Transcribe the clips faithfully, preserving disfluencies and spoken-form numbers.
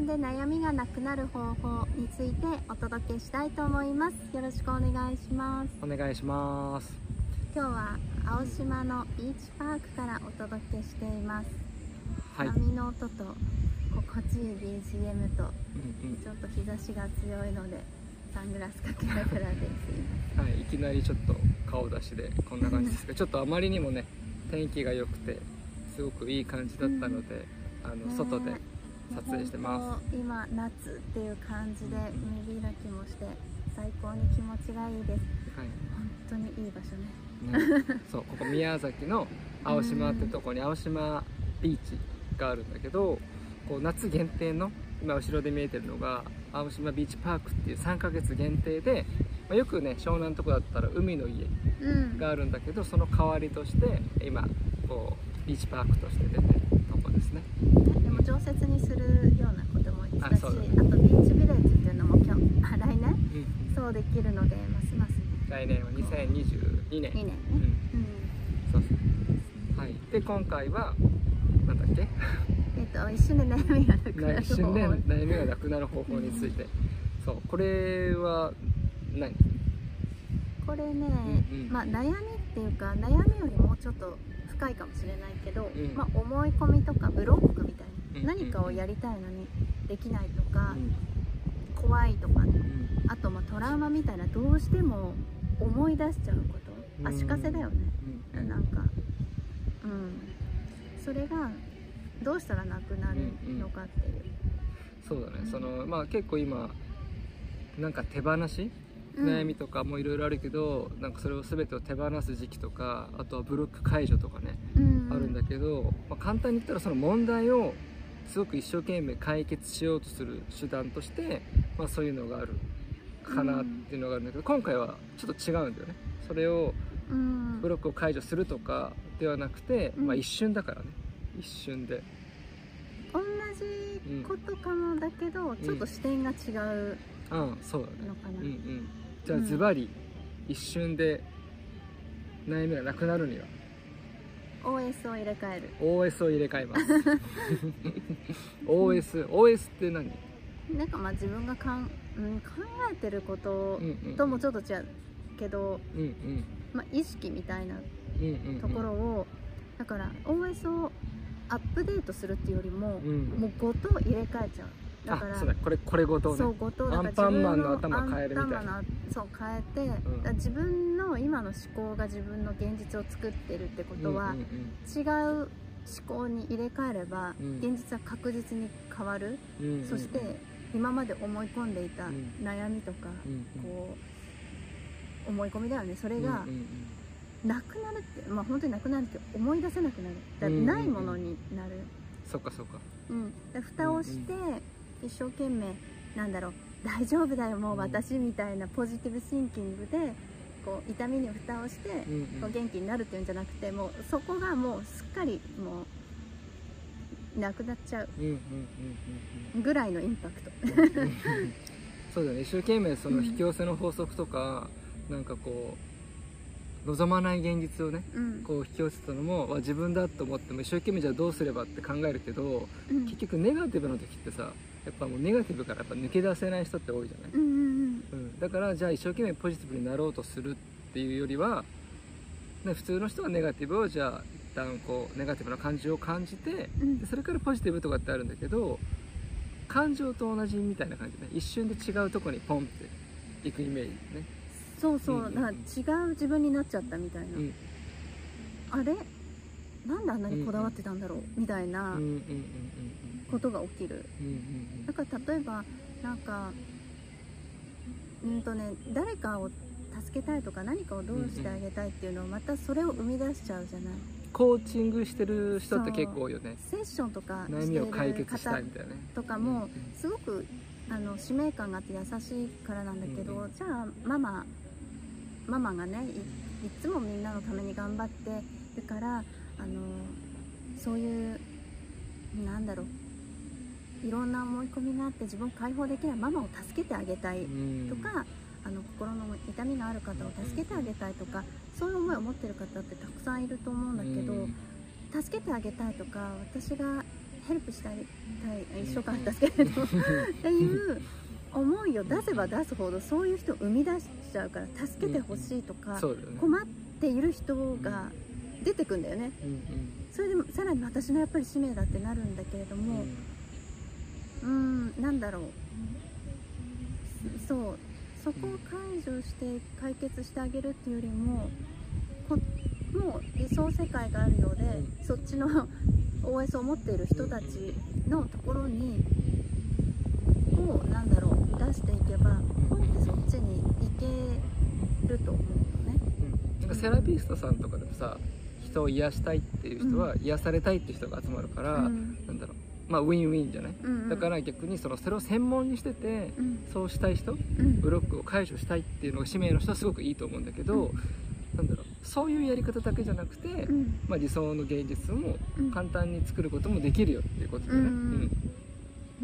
で悩みがなくなる方法についてお届けしたいと思います。よろしくお願いします。 お願いします。 今日は青島のビーチパークからお届けしています。 はい、 波の音と心地いい ビージーエム と、 うんうん、 ちょっと日差しが強いのでサングラスかけながらですいません。はい、いきなりちょっと顔出しでこんな感じですけどちょっとあまりにもね天気が良くてすごくいい感じだったので、うん、あの外で撮影してます。 今夏っていう感じで海開きもして最高に気持ちがいいです。はい、本当にいい場所ね。 ね、そう、ここ宮崎の青島ってとこに青島ビーチがあるんだけど、こう夏限定の今後ろで見えてるのが青島ビーチパークっていうさんかげつ限定で、まあ、よくね湘南のとこだったら海の家があるんだけど、うん、その代わりとして今こうビーチパークとして出てるとこですね。 でも常設にするようなことも言ってたし、 あ, あとビーチビレッジっていうのも今日あ来年、うん、そうできるのでますます、ね、 来年はにせんにじゅうにねんにねんね、うんうん、そうそうはい。で今回はなんだっけえっと一瞬で悩みがなくなる一瞬で悩みがなくなる方法について、うん、そうこれは何これね、うんうん、まあ悩みっていうか悩みよりもうちょっと深いかもしれないけど、うん、まあ思い込みとかブロックみたいな、うん、何かをやりたいのにできないとか、うん、怖いとか、ね、うん、あとまあトラウマみたいなどうしても思い出しちゃうこと、足かせだよね、うん、なんか、うん、それがどうしたらなくなるのかっていう、 うんうん、そうだね、そのまあ結構今なんか手放し悩みとかもいろいろあるけど、なんかそれを全てを手放す時期とか、あとはブロック解除とかね、うんうん、あるんだけど、まあ、簡単に言ったらその問題をすごく一生懸命解決しようとする手段として、まあ、そういうのがあるかなっていうのがあるんだけど、今回はちょっと違うんだよね。それをブロックを解除するとかではなくて、うん、まあ一瞬だからね、一瞬で同じことかもだけど、うん、ちょっと視点が違うのかな、うんうん、そうだね、うんうん、じゃあズバリ一瞬で悩みがなくなるにはオーエス を入れ替える。 オーエス を入れ替えますオーエス、オーエス って何？ なんかまあ自分がかん、うん、考えてることともちょっと違うけど、うんうん、まあ意識みたいなところを、だから オーエス をアップデートするっていうよりも、うん、もうごと入れ替えちゃう。だからあ、そうだ、これこれごとね、 そうごとだからアンパンマンの頭変えるみたいな、 そう変えて、うん、だ自分の今の思考が自分の現実を作ってるってことは、うんうんうん、違う思考に入れ替えれば、うん、現実は確実に変わる、うんうんうん、そして今まで思い込んでいた悩みとか、うんうん、こう思い込みだよね、それが、うんうんうん、なくなるって、まあ本当になくなるって思い出せなくなる、だないものになる、うんうんうん、 そっかそっか、 うん、で蓋をして、うんうん、一生懸命なんだろう、大丈夫だよもう私みたいなポジティブシンキングでこう痛みに蓋をして、うんうん、こう元気になるっていうんじゃなくて、もうそこがもうすっかりもうなくなっちゃうぐらいのインパクトそうだね、一生懸命その引き寄せの法則とか、うん、なんかこう望まない現実をね、うん、こう引き寄せたのも自分だと思っても一生懸命じゃあどうすればって考えるけど、うん、結局ネガティブの時ってさ、やっぱもうネガティブからやっぱ抜け出せない人って多いじゃない、うんうんうんうん、だからじゃあ一生懸命ポジティブになろうとするっていうよりは、ね、普通の人はネガティブをじゃあ一旦こうネガティブな感情を感じて、うん、それからポジティブとかってあるんだけど、感情と同じみたいな感じで、ね、一瞬で違うとこにポンっていくイメージね。 そうそう、うんうんうん、だから違う自分になっちゃったみたいな、うん、あれなんであんなにこだわってたんだろう、うんうん、みたいなことが起きる、うんうんうん、だから例えばなんかうんとね誰かを助けたいとか何かをどうしてあげたいっていうのをまたそれを生み出しちゃうじゃない。 コーチングしてる人って結構多いよね。 セッションとか悩みを解決したいみたいなねとかもすごくあの使命感があって優しいからなんだけど、うんうん、じゃあママママがね い, いつもみんなのために頑張ってるから、あのそういうなんだろう、いろんな思い込みがあって自分を解放できないママを助けてあげたいとか、あの心の痛みのある方を助けてあげたいとか、そういう思いを持ってる方ってたくさんいると思うんだけど、助けてあげたいとか私がヘルプしたい一緒かったですけれどっていう思いを出せば出すほどそういう人を生み出しちゃうから、助けてほしいとか、うんうんね、困っている人が出てくんだよね、うんうん、それでもさらに私のやっぱり使命だってなるんだけれども、うん、うーんなんだろう、そうそこを解除して解決してあげるっていうよりもこもう理想世界があるようで、うん、そっちの オーエス を持っている人たちのところにをなんだろう出していけばポンってそっちに行けると思うのね、 うん、なんかセラピストさんとかでもさ、人を癒したいっていう人は癒されたいっていう人が集まるから、うん、なんだろう、まあウィンウィンじゃない、うんうん、だから逆にそのそれを専門にしてて、うん、そうしたい人、うん、ブロックを解除したいっていうのが使命の人はすごくいいと思うんだけど、うん、なんだろう、そういうやり方だけじゃなくて、うん、まあ、理想の現実も簡単に作ることもできるよっていうことだよね、うんうんうん、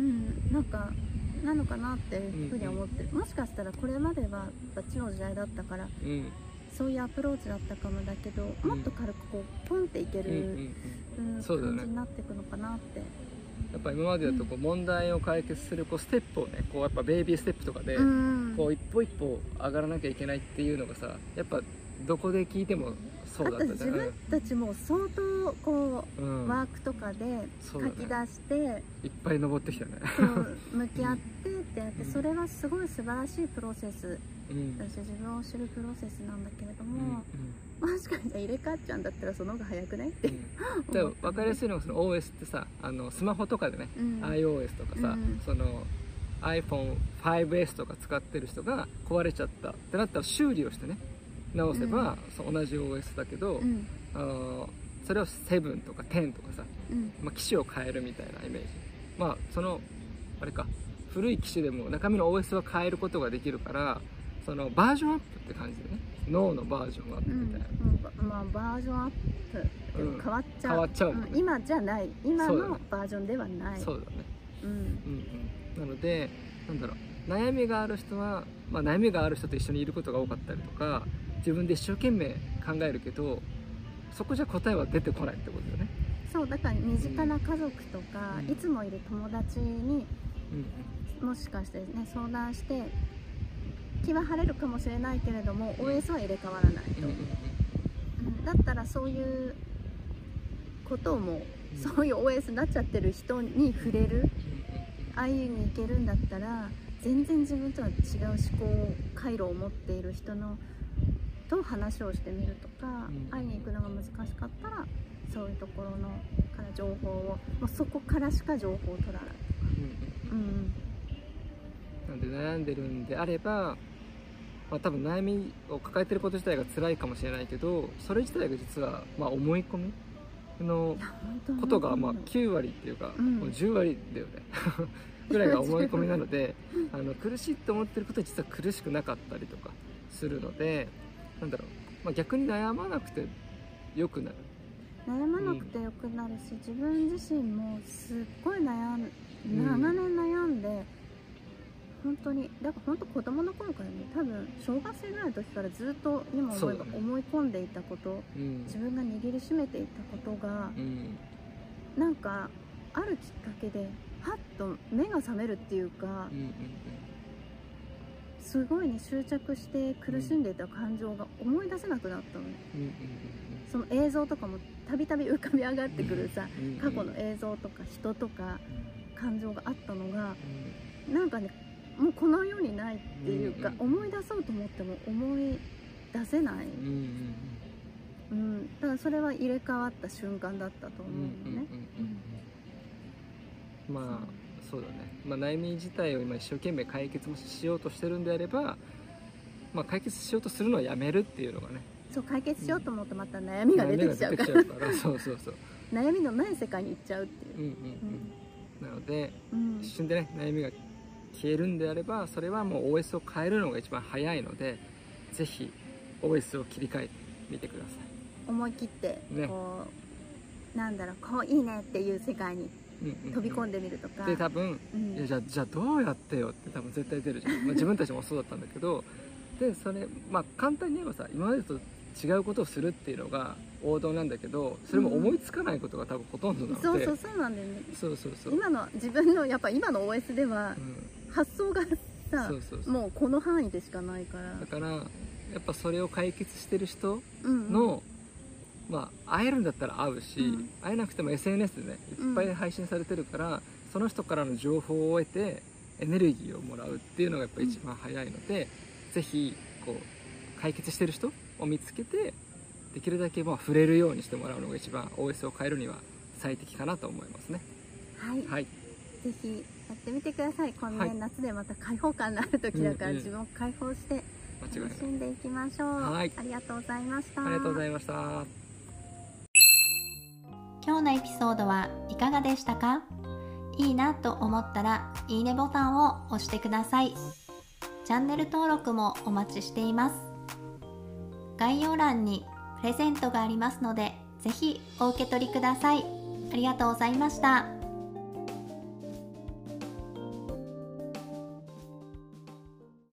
なんかなのかなっていうふうに思ってる、うんうん、もしかしたらこれまではバッチの時代だったから、うん、そういうアプローチだったかもだけど、うん、もっと軽くこうポンっていける、うんうんうん、感じになっていくのかなって。 やっぱ今までだとこう問題を解決するこうステップをね、こうやっぱベイビーステップとかでこう一歩一歩上がらなきゃいけないっていうのがさ、やっぱどこで聞いてもそうだったじゃん。 自分たちも相当こう、うん、ワークとかで書き出して、ね、 いっぱい登ってきたね。 そう向き合ってってやって、うん、それはすごい素晴らしいプロセス、うん、私自分を知るプロセスなんだけれども、うんうん、もしかして入れ替わっちゃうんだったらその方が早くねって、 うん、でも分かりやすいのがその オーエス ってさ、あのスマホとかでね、うん、iOS とかさ、うん、その アイフォンファイブエス とか使ってる人が壊れちゃったってなったら修理をしてね直せば、うん、そう同じ オーエス だけど、うん、あそれをセブンとかテンとかさ、うんまあ、機種を変えるみたいなイメージ。まあそのあれか、古い機種でも中身の オーエス は変えることができるから、そのバージョンアップって感じでね、脳のバージョンアップみたいな、 うんうん、まあバージョンアップでも変わっちゃう、 変わっちゃう、うん、 今じゃない、今のバージョンではない。 そうだね、うんうんうん、なのでなんだろう、悩みがある人は、まあ、悩みがある人と一緒にいることが多かったりとか、自分で一生懸命考えるけどそこじゃ答えは出てこないってことだよね。 そうだから身近な家族とか、うん、いつもいる友達に、うん、もしかしてね相談して気は晴れるかもしれないけれども オーエス は入れ替わらないと、うんうん、だったらそういうことをもう、うん、そういう オーエス になっちゃってる人に触れる、会いに行けるんだったら全然自分とは違う思考回路を持っている人のと話をしてみるとか、うん、会いに行くのが難しかったらそういうところのから情報をもうそこからしか情報を取らないとか、うんうん、なんで悩んでるんであれば、まあ、多分悩みを抱えてること自体が辛いかもしれないけど、それ自体が実はまあ思い込みのことがまあきゅうわりっていうか、うん、もうじゅうわりだよねぐらいが思い込みなのであの苦しいって思ってることは実は苦しくなかったりとかするので、なんだろう、まあ、逆に悩まなくてよくなる、 悩まなくてよくなるし、うん、自分自身もすっごい悩ん長年悩んで、うん、本当にだから本当子供の頃からね、多分小学生ぐらいの時からずっと今思えば思い込んでいたこと、うん、自分が握りしめていたことが、うん、なんかあるきっかけではっと目が覚めるっていうか、うんうんうん、すごいね執着して苦しんでいた感情が思い出せなくなったのね、うんうんうん、その映像とかもたびたび浮かび上がってくるさ、うんうん、過去の映像とか人とか感情があったのが、うん、なんかねもうこの世にないっていうか、うんうん、思い出そうと思っても思い出せない、うんうんうん、だからそれは入れ替わった瞬間だったと思うのね、 まあそうだね、まあ、悩み自体を今一生懸命解決もしようとしてるんであれば、まあ、解決しようとするのはやめるっていうのがね、 そう解決しようと思うとまた悩みが出てきちゃうから、 からそうそうそう悩みのない世界に行っちゃうっていう、うんうんうん、なので、うん、一瞬でね悩みが消えるんであればそれはもう オーエス を変えるのが一番早いので、ぜひ オーエス を切り替えてみてください。 思い切ってこう、ね、なんだろうこういいねっていう世界に飛び込んでみるとか、うんうんうん、 で多分、うん、いやじゃあじゃあどうやってよって多分絶対出るじゃん、まあ、自分たちもそうだったんだけどでそれまあ簡単に言えばさ、今までと違うことをするっていうのが王道なんだけど、それも思いつかないことが多分ほとんどなので、 うん、そうそうそうなんだよね。 そうそうそう、 今の自分のやっぱ今の オーエス では、うん、発想がさ、そうそうそう、もうこの範囲でしかないから、 だからやっぱそれを解決してる人の、うん、まあ会えるんだったら会うし、うん、会えなくても エスエヌエス でねいっぱい配信されてるから、うん、その人からの情報を得てエネルギーをもらうっていうのがやっぱ一番早いので、うん、ぜひこう解決してる人を見つけてできるだけまあ触れるようにしてもらうのが一番 オーエス を変えるには最適かなと思いますね。 はい、 はい、 ぜひやってみてください。この、ね、はい、夏でまた開放感のある時だから、うんうん、自分を開放して楽しんでいきましょう。はい、ありがとうございました。 ありがとうございました。 今日のエピソードはいかがでしたか？いいなと思ったらいいねボタンを押してください。チャンネル登録もお待ちしています。概要欄にプレゼントがありますので、ぜひお受け取りください。ありがとうございました。